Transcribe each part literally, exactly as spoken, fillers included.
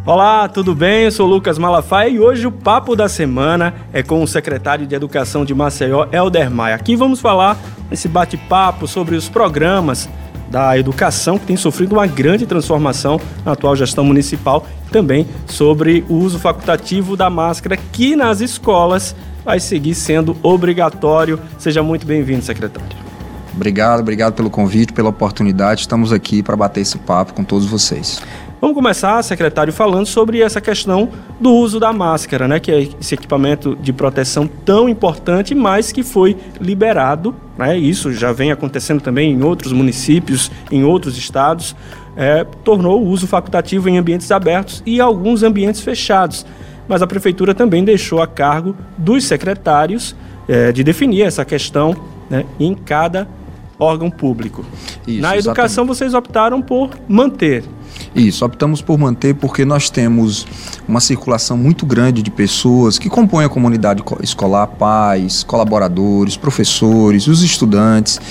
Olá, tudo bem? Eu sou Lucas Malafaia e hoje o papo da semana é com o secretário de Educação de Maceió, Helder Maia. Aqui vamos falar nesse bate-papo sobre os programas da educação que tem sofrido uma grande transformação na atual gestão municipal, também sobre o uso facultativo da máscara que nas escolas vai seguir sendo obrigatório. Seja muito bem-vindo, secretário. Obrigado, obrigado pelo convite, pela oportunidade. Estamos aqui para bater esse papo com todos vocês. Vamos começar, secretário, falando sobre essa questão do uso da máscara, né? Que é esse equipamento de proteção tão importante, mas que foi liberado, né? Isso já vem acontecendo também em outros municípios, em outros estados, é, tornou o uso facultativo em ambientes abertos e alguns ambientes fechados. Mas a prefeitura também deixou a cargo dos secretários é, de definir essa questão, né, em cada órgão público. Isso, Na educação, exatamente. Vocês optaram por manter. Isso, optamos por manter porque nós temos uma circulação muito grande de pessoas que compõem a comunidade escolar, pais, colaboradores, professores, os estudantes,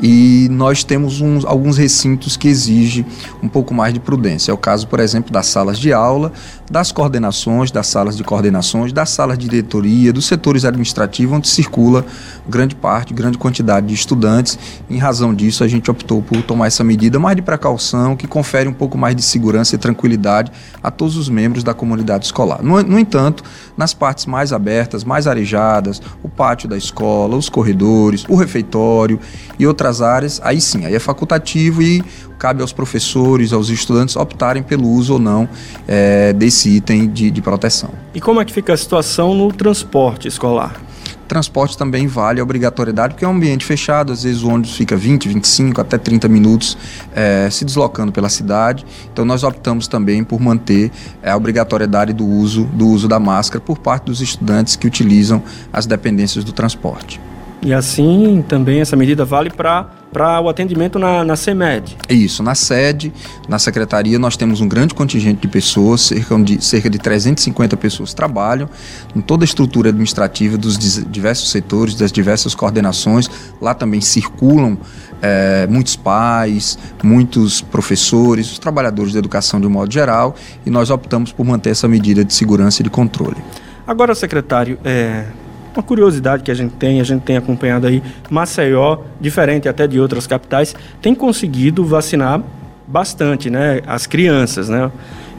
e nós temos uns, alguns recintos que exigem um pouco mais de prudência. É o caso, por exemplo, das salas de aula, das coordenações, das salas de coordenações, das salas de diretoria, dos setores administrativos, onde circula grande parte, grande quantidade de estudantes. Em razão disso, a gente optou por tomar essa medida mais de precaução, que confere um pouco mais de segurança e tranquilidade a todos os membros da comunidade escolar. No, no entanto, nas partes mais abertas, mais arejadas, o pátio da escola, os corredores, o refeitório e outras áreas, aí sim, aí é facultativo e cabe aos professores, aos estudantes optarem pelo uso ou não é, desse item de, de proteção. E como é que fica a situação no transporte escolar? Transporte também vale a obrigatoriedade, porque é um ambiente fechado, às vezes o ônibus fica vinte, vinte e cinco, até trinta minutos é, se deslocando pela cidade. Então nós optamos também por manter é, a obrigatoriedade do uso, do uso da máscara por parte dos estudantes que utilizam as dependências do transporte. E assim também essa medida vale para para o atendimento na, na CEMED. Isso, na sede, na secretaria, nós temos um grande contingente de pessoas, cerca de, cerca de trezentas e cinquenta pessoas trabalham em toda a estrutura administrativa dos diversos setores, das diversas coordenações. Lá também circulam é, muitos pais, muitos professores, os trabalhadores da educação de um modo geral, e nós optamos por manter essa medida de segurança e de controle. Agora, secretário, é... uma curiosidade que a gente tem, a gente tem acompanhado aí, Maceió, diferente até de outras capitais, tem conseguido vacinar bastante, né, as crianças, né?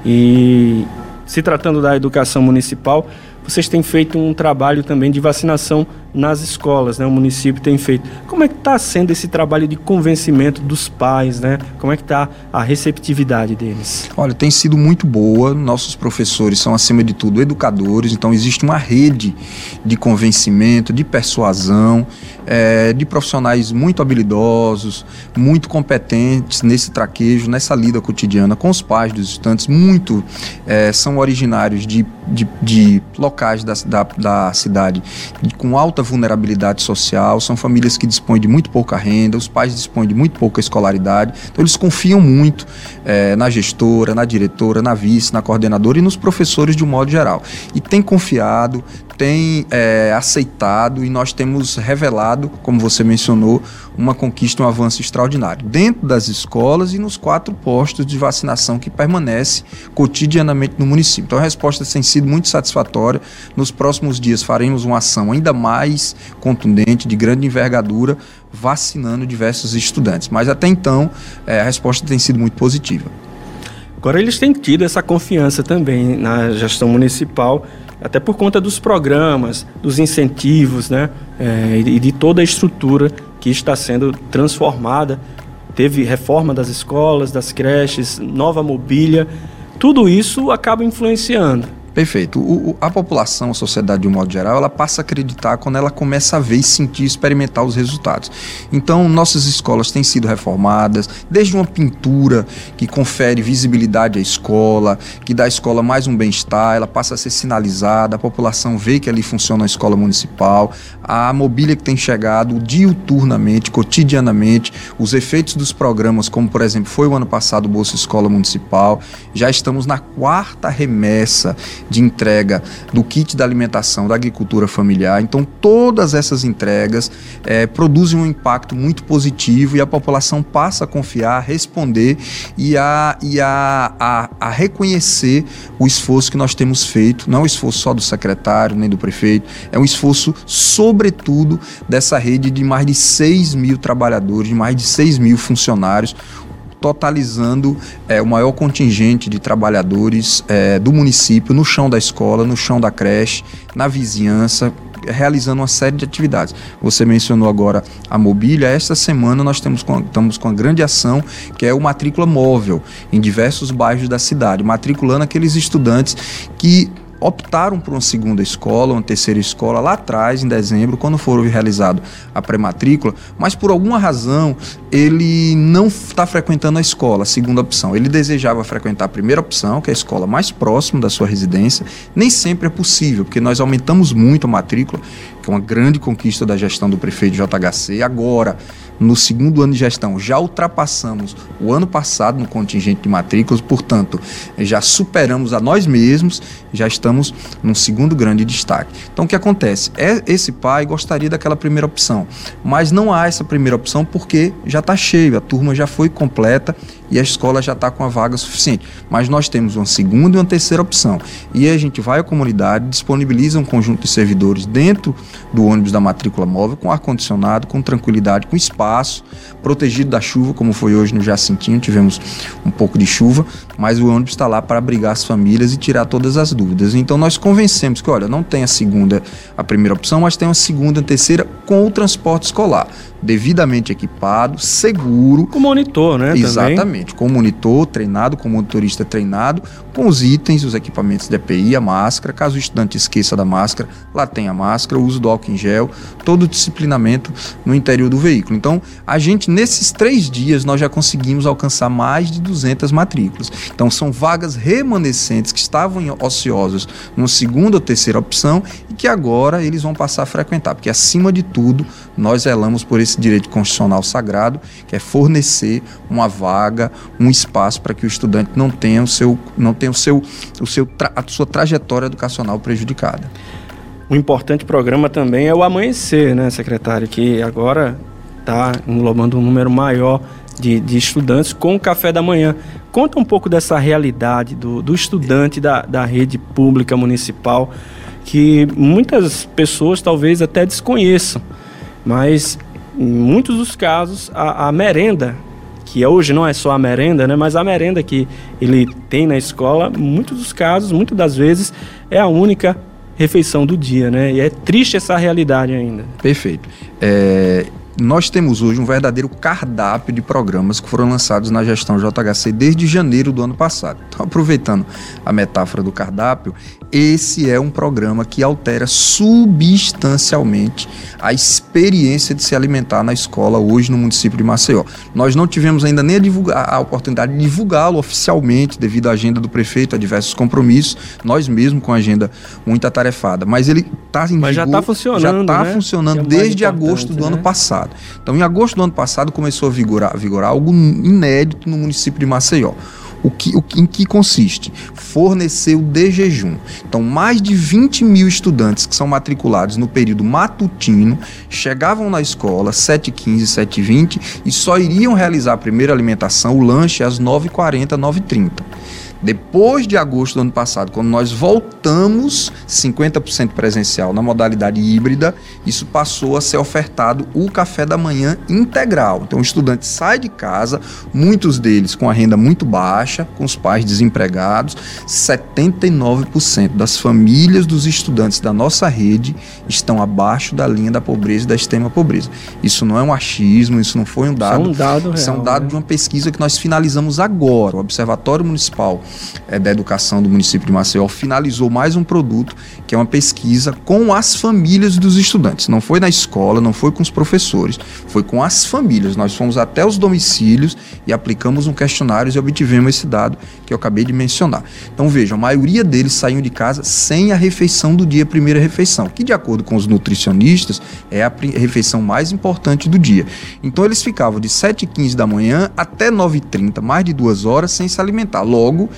E se tratando da educação municipal, vocês têm feito um trabalho também de vacinação nas escolas, né? O município tem feito. Como é que está sendo esse trabalho de convencimento dos pais, né? Como é que está a receptividade deles? Olha, tem sido muito boa. Nossos professores são, acima de tudo, educadores, então existe uma rede de convencimento, de persuasão, é, de profissionais muito habilidosos, muito competentes nesse traquejo, nessa lida cotidiana com os pais dos estudantes. Muito é, são originários de, de, de locais da, da, da cidade de, com alta vulnerabilidade social, são famílias que dispõem de muito pouca renda, os pais dispõem de muito pouca escolaridade, então eles confiam muito é, na gestora, na diretora, na vice, na coordenadora e nos professores de um modo geral. E tem confiado, tem é, aceitado, e nós temos revelado, como você mencionou, uma conquista, um avanço extraordinário dentro das escolas e nos quatro postos de vacinação que permanece cotidianamente no município. Então a resposta tem sido muito satisfatória. Nos próximos dias faremos uma ação ainda mais contundente, de grande envergadura, vacinando diversos estudantes. Mas até então é, a resposta tem sido muito positiva. Agora eles têm tido essa confiança também na gestão municipal, até por conta dos programas, dos incentivos, né, é, e de toda a estrutura que está sendo transformada. Teve reforma das escolas, das creches, nova mobília, tudo isso acaba influenciando. Perfeito. O, o, a população, a sociedade de um modo geral, ela passa a acreditar quando ela começa a ver e sentir, experimentar os resultados. Então, nossas escolas têm sido reformadas, desde uma pintura que confere visibilidade à escola, que dá à escola mais um bem-estar, ela passa a ser sinalizada, a população vê que ali funciona a escola municipal, a mobília que tem chegado diuturnamente, cotidianamente, os efeitos dos programas, como por exemplo foi o ano passado o Bolsa Escola Municipal, já estamos na quarta remessa de entrega do kit da alimentação da agricultura familiar. Então, todas essas entregas é, produzem um impacto muito positivo e a população passa a confiar, a responder e, a, e a, a, a reconhecer o esforço que nós temos feito. Não é um esforço só do secretário, nem do prefeito, é um esforço, sobretudo, dessa rede de mais de seis mil trabalhadores, de mais de seis mil funcionários, totalizando é, o maior contingente de trabalhadores é, do município no chão da escola, no chão da creche, na vizinhança, realizando uma série de atividades. Você mencionou agora a mobília. Esta semana nós temos com, estamos com uma grande ação, que é o Matrícula Móvel, em diversos bairros da cidade, matriculando aqueles estudantes que optaram por uma segunda escola, uma terceira escola lá atrás, em dezembro, quando for realizado a pré-matrícula, mas por alguma razão ele não está frequentando a escola, a segunda opção. Ele desejava frequentar a primeira opção, que é a escola mais próxima da sua residência. Nem sempre é possível, porque nós aumentamos muito a matrícula, que é uma grande conquista da gestão do prefeito J H C. Agora, no segundo ano de gestão, já ultrapassamos o ano passado no contingente de matrículas, portanto, já superamos a nós mesmos, já estamos num segundo grande destaque. Então, o que acontece? É, esse pai gostaria daquela primeira opção, mas não há essa primeira opção porque já está cheio, a turma já foi completa e a escola já está com a vaga suficiente. Mas nós temos uma segunda e uma terceira opção. E a gente vai à comunidade, disponibiliza um conjunto de servidores dentro do ônibus da matrícula móvel, com ar-condicionado, com tranquilidade, com espaço, protegido da chuva, como foi hoje no Jacintinho, tivemos um pouco de chuva, mas o ônibus está lá para abrigar as famílias e tirar todas as dúvidas. Então nós convencemos que, olha, não tem a segunda, a primeira opção, mas tem a segunda e a terceira com o transporte escolar, devidamente equipado, seguro. Com monitor, né? Exatamente, também. Com monitor treinado, com motorista treinado, com os itens, os equipamentos de E P I, a máscara, caso o estudante esqueça da máscara, lá tem a máscara, o uso do álcool em gel, todo o disciplinamento no interior do veículo. Então, a gente, nesses três dias, nós já conseguimos alcançar mais de duzentas matrículas. Então, são vagas remanescentes que estavam ociosas numa segunda ou terceira opção e que agora eles vão passar a frequentar, porque, acima de tudo, nós zelamos por esse direito constitucional sagrado, que é fornecer uma vaga, um espaço para que o estudante não tenha o seu, não tenha o seu, o seu tra, a sua trajetória educacional prejudicada. Um importante programa também é o Amanhecer, né, secretário, que agora está englobando um número maior de, de estudantes com o café da manhã. Conta um pouco dessa realidade do, do estudante da, da rede pública municipal, que muitas pessoas talvez até desconheçam, mas em muitos dos casos a, a merenda, que hoje não é só a merenda, né, mas a merenda que ele tem na escola, em muitos dos casos, muitas das vezes, é a única refeição do dia, né? E é triste essa realidade ainda. Perfeito. É, nós temos hoje um verdadeiro cardápio de programas que foram lançados na gestão J H C desde janeiro do ano passado. Então, aproveitando a metáfora do cardápio, esse é um programa que altera substancialmente a experiência de se alimentar na escola hoje no município de Maceió. Nós não tivemos ainda nem a, divulgar, a oportunidade de divulgá-lo oficialmente devido à agenda do prefeito, a diversos compromissos, nós mesmos com a agenda muito atarefada, mas ele está em Mas vigor, já está funcionando, já está né? funcionando é desde agosto do né? ano passado. Então, em agosto do ano passado começou a vigorar, a vigorar algo inédito no município de Maceió. O que, o, em que consiste? Fornecer o de jejum. Então, mais de vinte mil estudantes que são matriculados no período matutino chegavam na escola sete e quinze, sete e vinte e só iriam realizar a primeira alimentação, o lanche, às nove e quarenta, nove e trinta. Depois de agosto do ano passado, quando nós voltamos cinquenta por cento presencial na modalidade híbrida, isso passou a ser ofertado o café da manhã integral. Então o estudante sai de casa, muitos deles com a renda muito baixa, com os pais desempregados, setenta e nove por cento das famílias dos estudantes da nossa rede estão abaixo da linha da pobreza e da extrema pobreza. Isso não é um achismo, isso não foi um dado. Isso é um dado real. Isso é um dado, né, de uma pesquisa que nós finalizamos agora. O Observatório Municipal É, da Educação do município de Maceió finalizou mais um produto, que é uma pesquisa com as famílias dos estudantes. Não foi na escola, não foi com os professores, foi com as famílias. Nós fomos até os domicílios e aplicamos um questionário e obtivemos esse dado que eu acabei de mencionar. Então vejam, a maioria deles saíam de casa sem a refeição do dia, a primeira refeição, que de acordo com os nutricionistas é a refeição mais importante do dia. Então eles ficavam de sete e quinze da manhã até nove e trinta, mais de duas horas, sem se alimentar. Logo,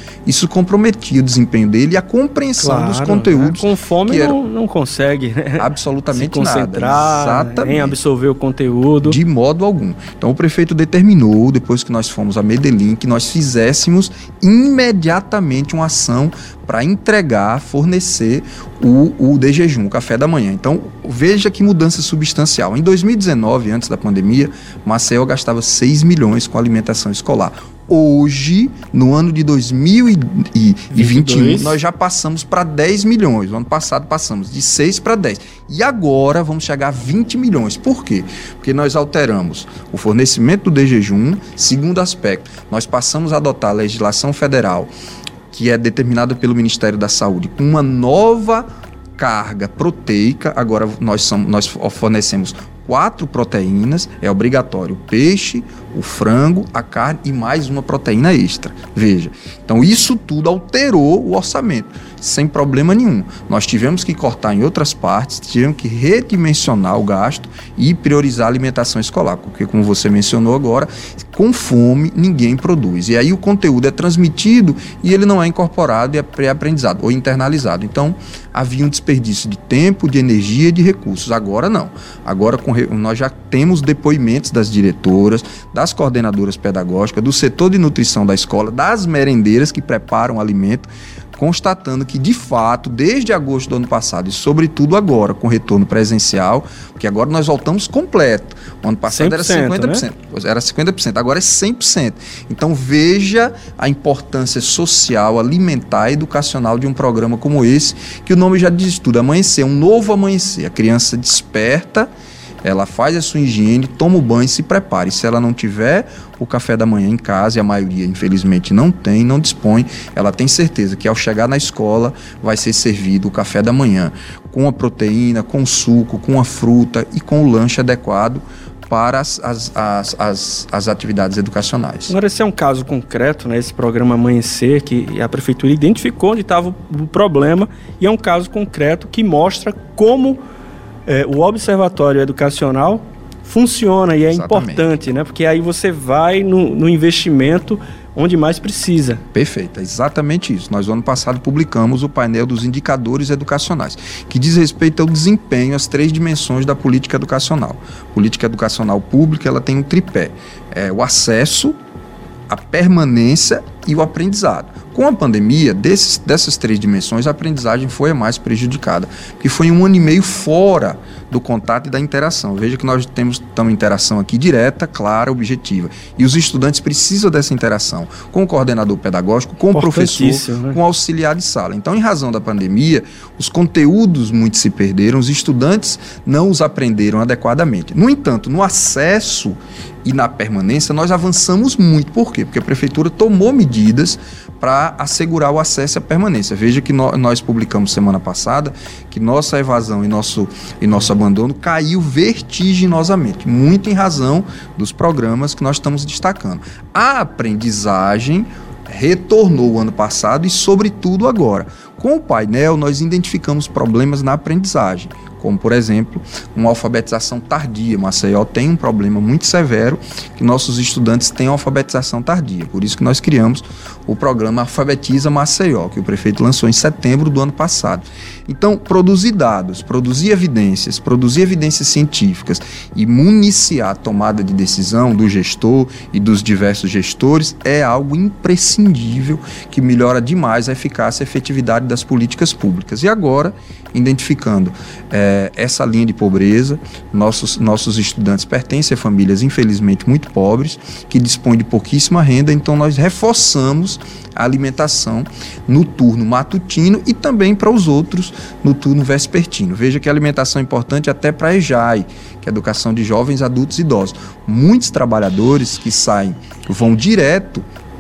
isso comprometia o desempenho dele e a compreensão claro, dos conteúdos. Né? Com fome era... não, não consegue, né? Absolutamente se concentrar, nada. Exatamente. Em absorver o conteúdo. De modo algum. Então o prefeito determinou, depois que nós fomos a Medellín, que nós fizéssemos imediatamente uma ação para entregar, fornecer o, o de jejum, o café da manhã. Então, veja que mudança substancial. Em dois mil e dezenove, antes da pandemia, Maceió gastava seis milhões com alimentação escolar. Hoje, no ano de dois mil e vinte e um, nós já passamos para dez milhões. O ano passado passamos de seis para dez. E agora vamos chegar a vinte milhões. Por quê? Porque nós alteramos o fornecimento do de jejum. Segundo aspecto, nós passamos a adotar a legislação federal, que é determinada pelo Ministério da Saúde, com uma nova carga proteica. Agora nós, somos, nós fornecemos quatro proteínas, é obrigatório o peixe, o frango, a carne e mais uma proteína extra. Veja, então isso tudo alterou o orçamento, sem problema nenhum. Nós tivemos que cortar em outras partes, tivemos que redimensionar o gasto e priorizar a alimentação escolar, porque como você mencionou agora, com fome ninguém produz. E aí o conteúdo é transmitido e ele não é incorporado e é pré-aprendizado ou internalizado. Então havia um desperdício de tempo, de energia e de recursos. Agora não. Agora com, nós já temos depoimentos das diretoras, das coordenadoras pedagógicas, do setor de nutrição da escola, das merendeiras que preparam o alimento, constatando que, de fato, desde agosto do ano passado e, sobretudo, agora, com retorno presencial, porque agora nós voltamos completo. O ano passado era cinquenta por cento, né? Era cinquenta por cento, agora é cem por cento. Então, veja a importância social, alimentar e educacional de um programa como esse, que o nome já diz tudo, amanhecer, um novo amanhecer. A criança desperta, ela faz a sua higiene, toma o banho e se prepara. E se ela não tiver o café da manhã em casa, e a maioria infelizmente não tem, não dispõe, ela tem certeza que ao chegar na escola vai ser servido o café da manhã com a proteína, com o suco, com a fruta e com o lanche adequado para as, as, as, as, as atividades educacionais. Agora, esse é um caso concreto, né? Esse programa Amanhecer, que a prefeitura identificou onde estava o problema, e é um caso concreto que mostra como É, o observatório educacional funciona e é Exatamente. Importante, né? Porque aí você vai no, no investimento onde mais precisa. Perfeito, é exatamente isso. Nós, no ano passado, publicamos o painel dos indicadores educacionais, que diz respeito ao desempenho, às três dimensões da política educacional. Política educacional pública, ela tem um tripé. É o acesso, a permanência e o aprendizado. Com a pandemia, desses, dessas três dimensões, a aprendizagem foi a mais prejudicada, porque foi um ano e meio fora do contato e da interação. Veja que nós temos uma interação aqui direta, clara, objetiva. E os estudantes precisam dessa interação com o coordenador pedagógico, com o professor, né? Com o auxiliar de sala. Então, em razão da pandemia, os conteúdos muito se perderam, os estudantes não os aprenderam adequadamente. No entanto, no acesso e na permanência, nós avançamos muito. Por quê? Porque a prefeitura tomou medidas para assegurar o acesso e a permanência. Veja que no, nós publicamos semana passada que nossa evasão e nosso, e nosso abandono caiu vertiginosamente, muito em razão dos programas que nós estamos destacando. A aprendizagem retornou o ano passado e, sobretudo, agora. Com o painel, nós identificamos problemas na aprendizagem, como, por exemplo, uma alfabetização tardia. Maceió tem um problema muito severo, que nossos estudantes têm alfabetização tardia. Por isso que nós criamos o programa Alfabetiza Maceió, que o prefeito lançou em setembro do ano passado. Então, produzir dados, produzir evidências, produzir evidências científicas e municiar a tomada de decisão do gestor e dos diversos gestores é algo imprescindível, que melhora demais a eficácia e a efetividade das políticas públicas. E agora, identificando é, essa linha de pobreza, nossos, nossos estudantes pertencem a famílias infelizmente muito pobres, que dispõem de pouquíssima renda, então nós reforçamos a alimentação no turno matutino e também para os outros no turno vespertino. Veja que a alimentação é importante até para a EJAI, que é a Educação de Jovens, Adultos e Idosos. Muitos trabalhadores que saem, vão direto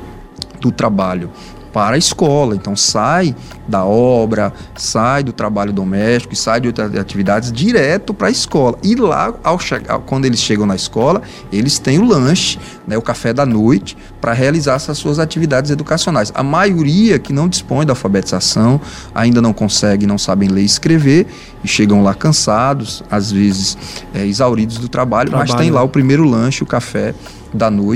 do trabalho para a escola, então sai da obra, sai do trabalho doméstico e sai de outras atividades direto para a escola. E lá, ao chegar, quando eles chegam na escola, eles têm o lanche, né, o café da noite, para realizar essas suas atividades educacionais. A maioria que não dispõe da alfabetização, ainda não consegue, não sabem ler e escrever, e chegam lá cansados, às vezes é, exauridos do trabalho, trabalho, mas tem lá o primeiro lanche, o café da noite,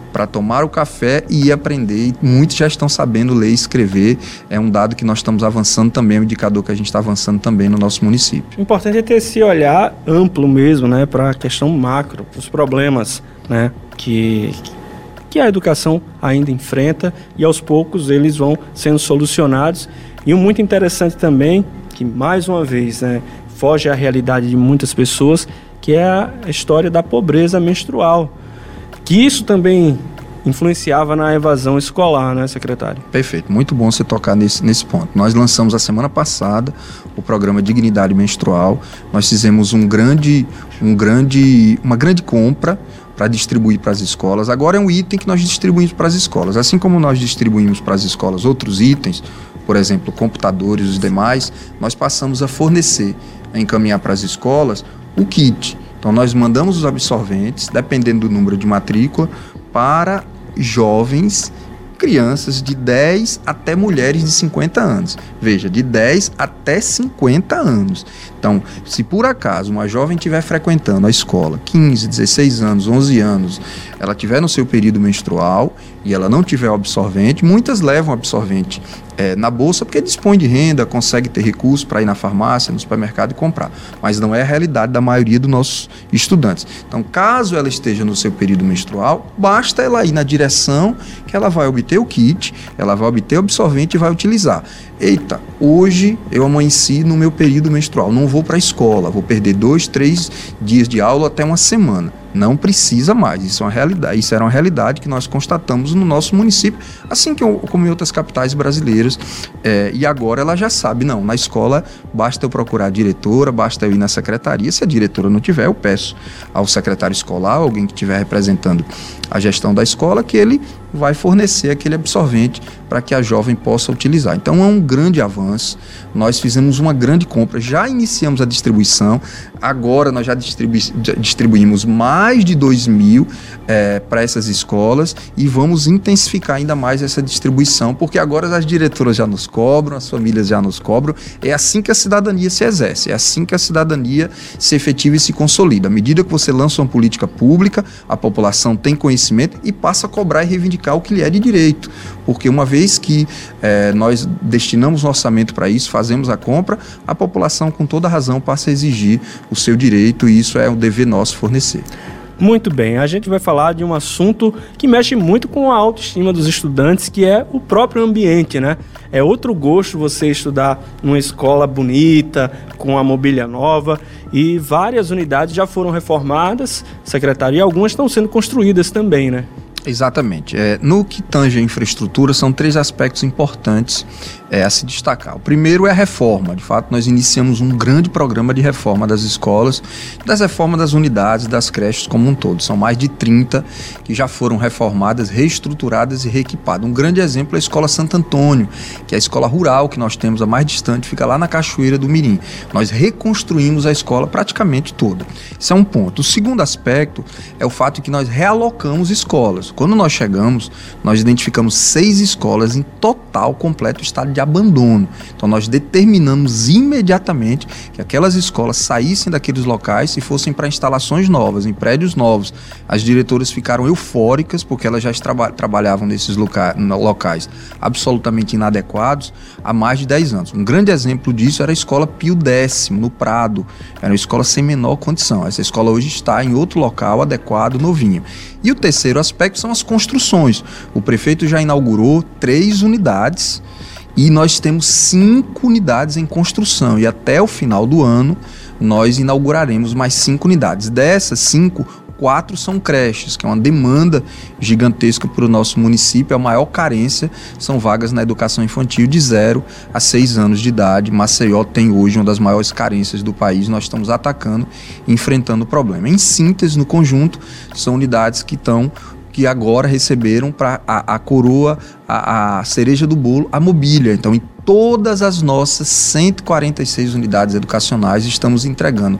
para tomar o café e ir aprender. E muitos já estão sabendo ler e escrever. É um dado que nós estamos avançando também, um indicador que a gente está avançando também no nosso município. O importante é ter esse olhar amplo mesmo, né, para a questão macro, os problemas, né, que, que a educação ainda enfrenta, e aos poucos eles vão sendo solucionados. E o muito interessante também, que mais uma vez, né, foge à realidade de muitas pessoas, que é a história da pobreza menstrual, que isso também influenciava na evasão escolar, né, secretário? Perfeito, muito bom você tocar nesse, nesse ponto. Nós lançamos a semana passada o programa Dignidade Menstrual. Nós fizemos um grande, um grande, uma grande compra para distribuir para as escolas. Agora é um item que nós distribuímos para as escolas. Assim como nós distribuímos para as escolas outros itens, por exemplo, computadores e os demais, nós passamos a fornecer, a encaminhar para as escolas o kit. Então nós mandamos os absorventes, dependendo do número de matrícula, para jovens, crianças de dez até mulheres de cinquenta anos. Veja, de dez até cinquenta anos. Então, se por acaso uma jovem estiver frequentando a escola, quinze, dezesseis anos, onze anos, ela estiver no seu período menstrual e ela não tiver absorvente, muitas levam absorvente é, na bolsa porque dispõe de renda, consegue ter recursos para ir na farmácia, no supermercado e comprar. Mas não é a realidade da maioria dos nossos estudantes. Então, caso ela esteja no seu período menstrual, basta ela ir na direção que ela vai obter o kit, ela vai obter o absorvente e vai utilizar. Eita, hoje eu amanheci no meu período menstrual, não vou para a escola, vou perder dois, três dias de aula até uma semana. Não precisa mais, isso é uma realidade, isso era uma realidade que nós constatamos no nosso município, assim que eu, como em outras capitais brasileiras, é, e agora ela já sabe, não, na escola basta eu procurar a diretora, basta eu ir na secretaria, se a diretora não tiver, eu peço ao secretário escolar, alguém que estiver representando a gestão da escola, que ele vai fornecer aquele absorvente para que a jovem possa utilizar. Então é um grande avanço, nós fizemos uma grande compra, já iniciamos a distribuição, agora nós já distribui, distribuímos mais de dois mil é, para essas escolas e vamos intensificar ainda mais essa distribuição, porque agora as diretoras já nos cobram, as famílias já nos cobram, é assim que a cidadania se exerce, é assim que a cidadania se efetiva e se consolida. À medida que você lança uma política pública, a população tem conhecimento e passa a cobrar e reivindicar o que lhe é de direito, porque uma vez que é, nós destinamos o orçamento para isso, fazemos a compra, a população com toda razão passa a exigir o seu direito e isso é um dever nosso fornecer. Muito bem, a gente vai falar de um assunto que mexe muito com a autoestima dos estudantes, que é o próprio ambiente, né? É outro gosto você estudar numa escola bonita, com a mobília nova, e várias unidades já foram reformadas, secretário, e algumas estão sendo construídas também, né? Exatamente. É, no que tange a infraestrutura, são três aspectos importantes é, a se destacar. O primeiro é a reforma. De fato, nós iniciamos um grande programa de reforma das escolas, das reformas das unidades, das creches como um todo. São mais de trinta que já foram reformadas, reestruturadas e reequipadas. Um grande exemplo é a Escola Santo Antônio, que é a escola rural que nós temos, a mais distante, fica lá na Cachoeira do Mirim. Nós reconstruímos a escola praticamente toda. Isso é um ponto. O segundo aspecto é o fato de que nós realocamos escolas. Quando nós chegamos, nós identificamos seis escolas em total, completo estado de abandono. Então nós determinamos imediatamente que aquelas escolas saíssem daqueles locais e fossem para instalações novas, em prédios novos. As diretoras ficaram eufóricas porque elas já traba- trabalhavam nesses loca- locais absolutamente inadequados há mais de dez anos. Um grande exemplo disso era a escola Pio X, no Prado. Era uma escola sem menor condição. Essa escola hoje está em outro local adequado, novinho. E o terceiro aspecto são as construções. O prefeito já inaugurou três unidades e nós temos cinco unidades em construção. E até o final do ano nós inauguraremos mais cinco unidades. Dessas cinco, quatro são creches, que é uma demanda gigantesca para o nosso município. A maior carência são vagas na educação infantil de zero a seis anos de idade. Maceió tem hoje uma das maiores carências do país. Nós estamos atacando e enfrentando o problema. Em síntese, no conjunto, são unidades que estão que agora receberam para a, a coroa, a, a cereja do bolo, a mobília. Então, em todas as nossas cento e quarenta e seis unidades educacionais, estamos entregando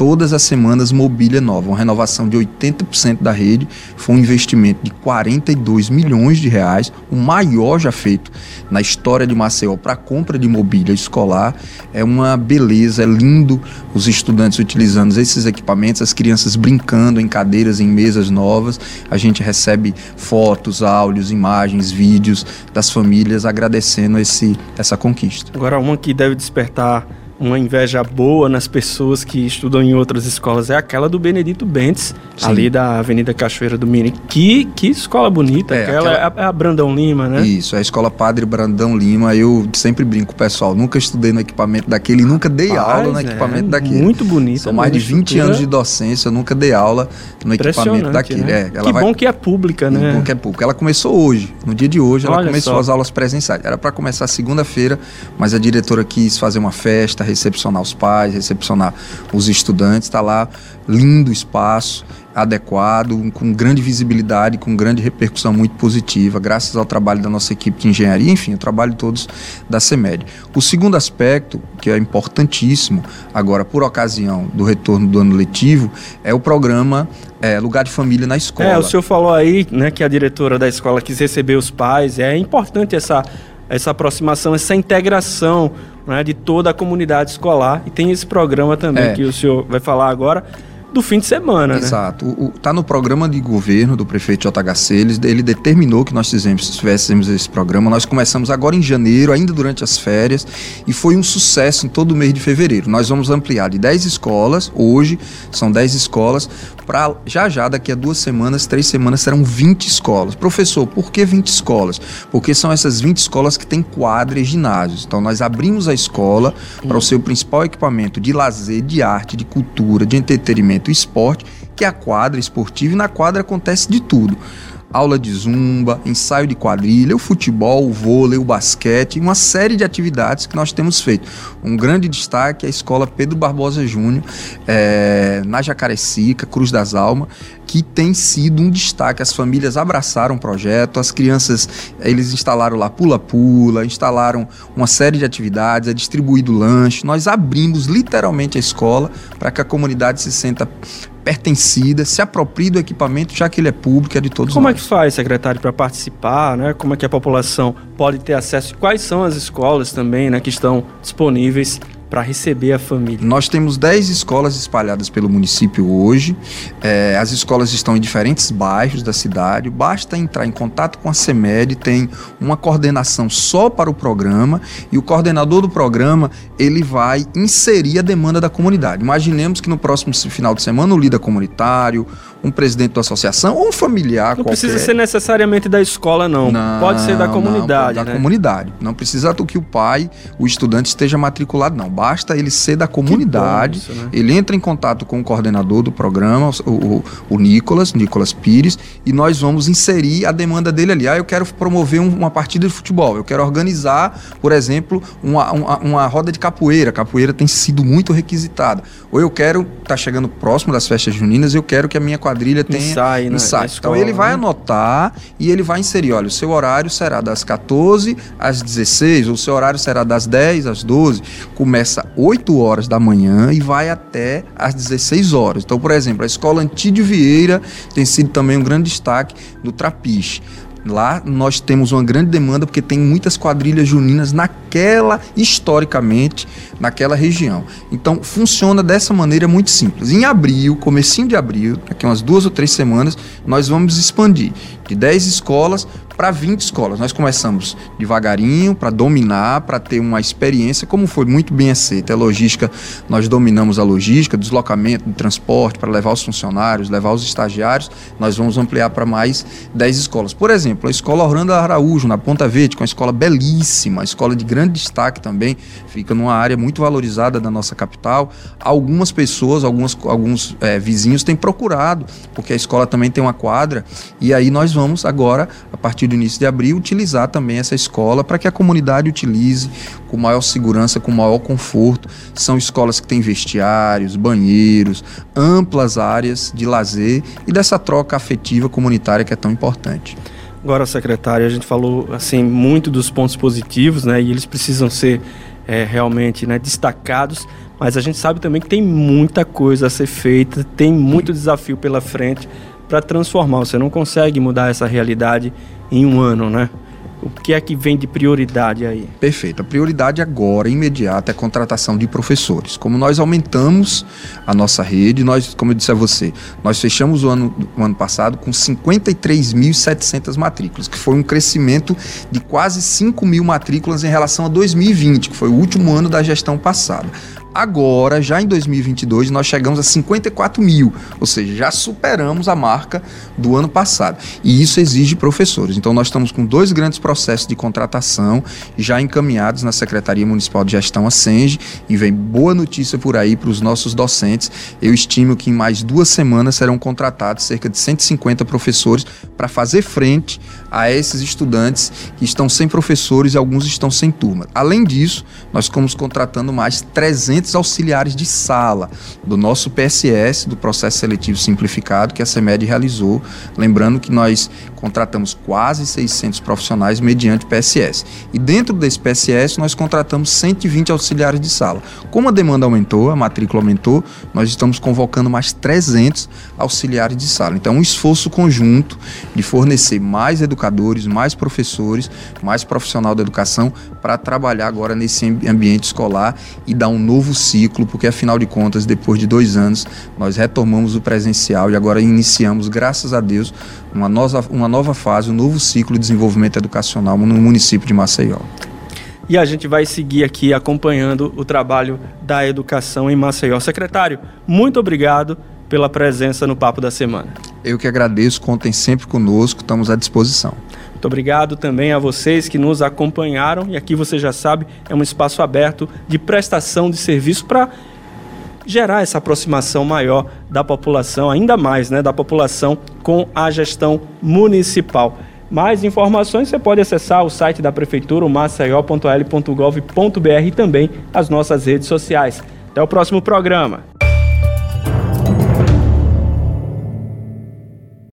todas as semanas mobília nova, uma renovação de oitenta por cento da rede, foi um investimento de quarenta e dois milhões de reais, o maior já feito na história de Maceió para compra de mobília escolar. É uma beleza, é lindo os estudantes utilizando esses equipamentos, as crianças brincando em cadeiras, em mesas novas. A gente recebe fotos, áudios, imagens, vídeos das famílias agradecendo esse, essa conquista. Agora, uma que deve despertar uma inveja boa nas pessoas que estudam em outras escolas é aquela do Benedito Bentes, Sim. ali da Avenida Cachoeira do Mirim. Que, que escola bonita, é, aquela, aquela é a Brandão Lima, né? Isso, é a Escola Padre Brandão Lima. Eu sempre brinco com o pessoal, nunca estudei no equipamento daquele, nunca dei Paz, aula no é, equipamento daquele. Muito bonito. São mais de vinte anos de docência, eu nunca dei aula no equipamento daquele. Né? É, ela que vai... bom que é pública, né? Que bom que é pública. Ela começou hoje, no dia de hoje, ela Olha começou só. as aulas presenciais. Era para começar segunda-feira, mas a diretora quis fazer uma festa, recepcionar os pais, recepcionar os estudantes. Está lá, lindo espaço, adequado, com grande visibilidade, com grande repercussão muito positiva, graças ao trabalho da nossa equipe de engenharia, enfim, o trabalho de todos da CEMED. O segundo aspecto, que é importantíssimo, agora por ocasião do retorno do ano letivo, é o programa é, Lugar de Família na Escola. É, o senhor falou aí, né, que a diretora da escola quis receber os pais. É importante essa, essa aproximação, essa integração, né, de toda a comunidade escolar. E tem esse programa também é. que o senhor vai falar agora, do fim de semana, Exato. né? Exato. Está no programa de governo do prefeito J H C, ele, ele determinou que nós fizemos, tivéssemos esse programa. Nós começamos agora em janeiro, ainda durante as férias, e foi um sucesso em todo o mês de fevereiro. Nós vamos ampliar de dez escolas, hoje são dez escolas, para já já, daqui a duas semanas, três semanas, serão vinte escolas. Professor, por que vinte escolas? Porque são essas vinte escolas que têm quadra e ginásios. Então nós abrimos a escola hum. para o seu principal equipamento de lazer, de arte, de cultura, de entretenimento, o esporte, que é a quadra esportiva, e na quadra acontece de tudo. Aula de zumba, ensaio de quadrilha, o futebol, o vôlei, o basquete, uma série de atividades que nós temos feito. Um grande destaque é a Escola Pedro Barbosa Júnior, é, na Jacarecica, Cruz das Almas, que tem sido um destaque. As famílias abraçaram o projeto, as crianças, eles instalaram lá pula-pula, instalaram uma série de atividades, é distribuído lanche. Nós abrimos literalmente a escola para que a comunidade se sinta pertencida, se aproprie do equipamento, já que ele é público, é de todos Como nós. é que faz, secretário, para participar, né? Como é que a população pode ter acesso? Quais são as escolas também, né, que estão disponíveis para receber a família? Nós temos dez escolas espalhadas pelo município hoje. É, as escolas estão em diferentes bairros da cidade. Basta entrar em contato com a CEMED, tem uma coordenação só para o programa, e o coordenador do programa, ele vai inserir a demanda da comunidade. Imaginemos que no próximo final de semana o líder comunitário, um presidente da associação ou um familiar não qualquer. Não precisa ser necessariamente da escola, não. não pode ser da comunidade, não, da né? comunidade. Não precisa que o pai, o estudante esteja matriculado, não. Basta ele ser da comunidade. Isso, né? Ele entra em contato com o coordenador do programa, o, o, o Nicolas, Nicolas Pires, e nós vamos inserir a demanda dele ali. Ah, eu quero promover um, uma partida de futebol, eu quero organizar, por exemplo, uma, uma, uma roda de capoeira. A capoeira tem sido muito requisitada. Ou eu quero, tá chegando próximo das festas juninas, eu quero que a minha quadrilha tenha ensaio. Na, ensaio. na escola, então ele vai né? anotar e ele vai inserir, olha, o seu horário será das quatorze às dezesseis, ou o seu horário será das dez às doze, começa oito horas da manhã e vai até às dezesseis horas. Então, por exemplo, a escola Antídio Vieira tem sido também um grande destaque no Trapiche. Lá nós temos uma grande demanda porque tem muitas quadrilhas juninas naquela, historicamente, naquela região. Então funciona dessa maneira muito simples. Em abril, comecinho de abril, daqui umas duas ou três semanas, nós vamos expandir de dez escolas para vinte escolas. Nós começamos devagarinho para dominar, para ter uma experiência, como foi muito bem aceita. A logística, nós dominamos a logística, deslocamento, de transporte para levar os funcionários, levar os estagiários. Nós vamos ampliar para mais dez escolas. Por exemplo, a Escola Orlando Araújo, na Ponta Verde, que é uma escola belíssima, uma escola de grande destaque também, fica numa área muito valorizada da nossa capital. Algumas pessoas, algumas, alguns é, vizinhos têm procurado, porque a escola também tem uma quadra, e aí nós vamos agora, a partir do início de abril, utilizar também essa escola para que a comunidade utilize com maior segurança, com maior conforto. São escolas que têm vestiários, banheiros, amplas áreas de lazer e dessa troca afetiva comunitária que é tão importante. Agora, secretário, a gente falou assim, muito dos pontos positivos, né, e eles precisam ser é, realmente, né, destacados, mas a gente sabe também que tem muita coisa a ser feita, tem muito desafio pela frente para transformar. Você não consegue mudar essa realidade em um ano, né? O que é que vem de prioridade aí? Perfeito. A prioridade agora, imediata, é a contratação de professores. Como nós aumentamos a nossa rede, nós, como eu disse a você, nós fechamos o ano, o ano passado com cinquenta e três mil e setecentas matrículas, que foi um crescimento de quase cinco mil matrículas em relação a dois mil e vinte, que foi o último ano da gestão passada. Agora, já em dois mil e vinte e dois, nós chegamos a cinquenta e quatro mil, ou seja, já superamos a marca do ano passado. E isso exige professores. Então, nós estamos com dois grandes processos de contratação já encaminhados na Secretaria Municipal de Gestão, a SENGE, e vem boa notícia por aí para os nossos docentes. Eu estimo que em mais duas semanas serão contratados cerca de cento e cinquenta professores para fazer frente a esses estudantes que estão sem professores e alguns estão sem turma. Além disso, nós estamos contratando mais trezentos auxiliares de sala do nosso P S S, do Processo Seletivo Simplificado, que a CEMED realizou. Lembrando que nós contratamos quase seiscentos profissionais mediante P S S. E dentro desse P S S, nós contratamos cento e vinte auxiliares de sala. Como a demanda aumentou, a matrícula aumentou, nós estamos convocando mais trezentos auxiliares de sala. Então, um esforço conjunto de fornecer mais educadores, mais professores, mais profissional da educação para trabalhar agora nesse ambiente escolar e dar um novo ciclo, porque afinal de contas, depois de dois anos, nós retomamos o presencial e agora iniciamos, graças a Deus, uma nova, uma nova fase, um novo ciclo de desenvolvimento educacional no município de Maceió. E a gente vai seguir aqui acompanhando o trabalho da educação em Maceió. Secretário, muito obrigado pela presença no Papo da Semana. Eu que agradeço, contem sempre conosco, estamos à disposição. Muito obrigado também a vocês que nos acompanharam, e aqui você já sabe, é um espaço aberto de prestação de serviço para gerar essa aproximação maior da população, ainda mais, né, da população com a gestão municipal. Mais informações você pode acessar o site da Prefeitura, o maceió ponto l ponto gov ponto b r, e também as nossas redes sociais. Até o próximo programa.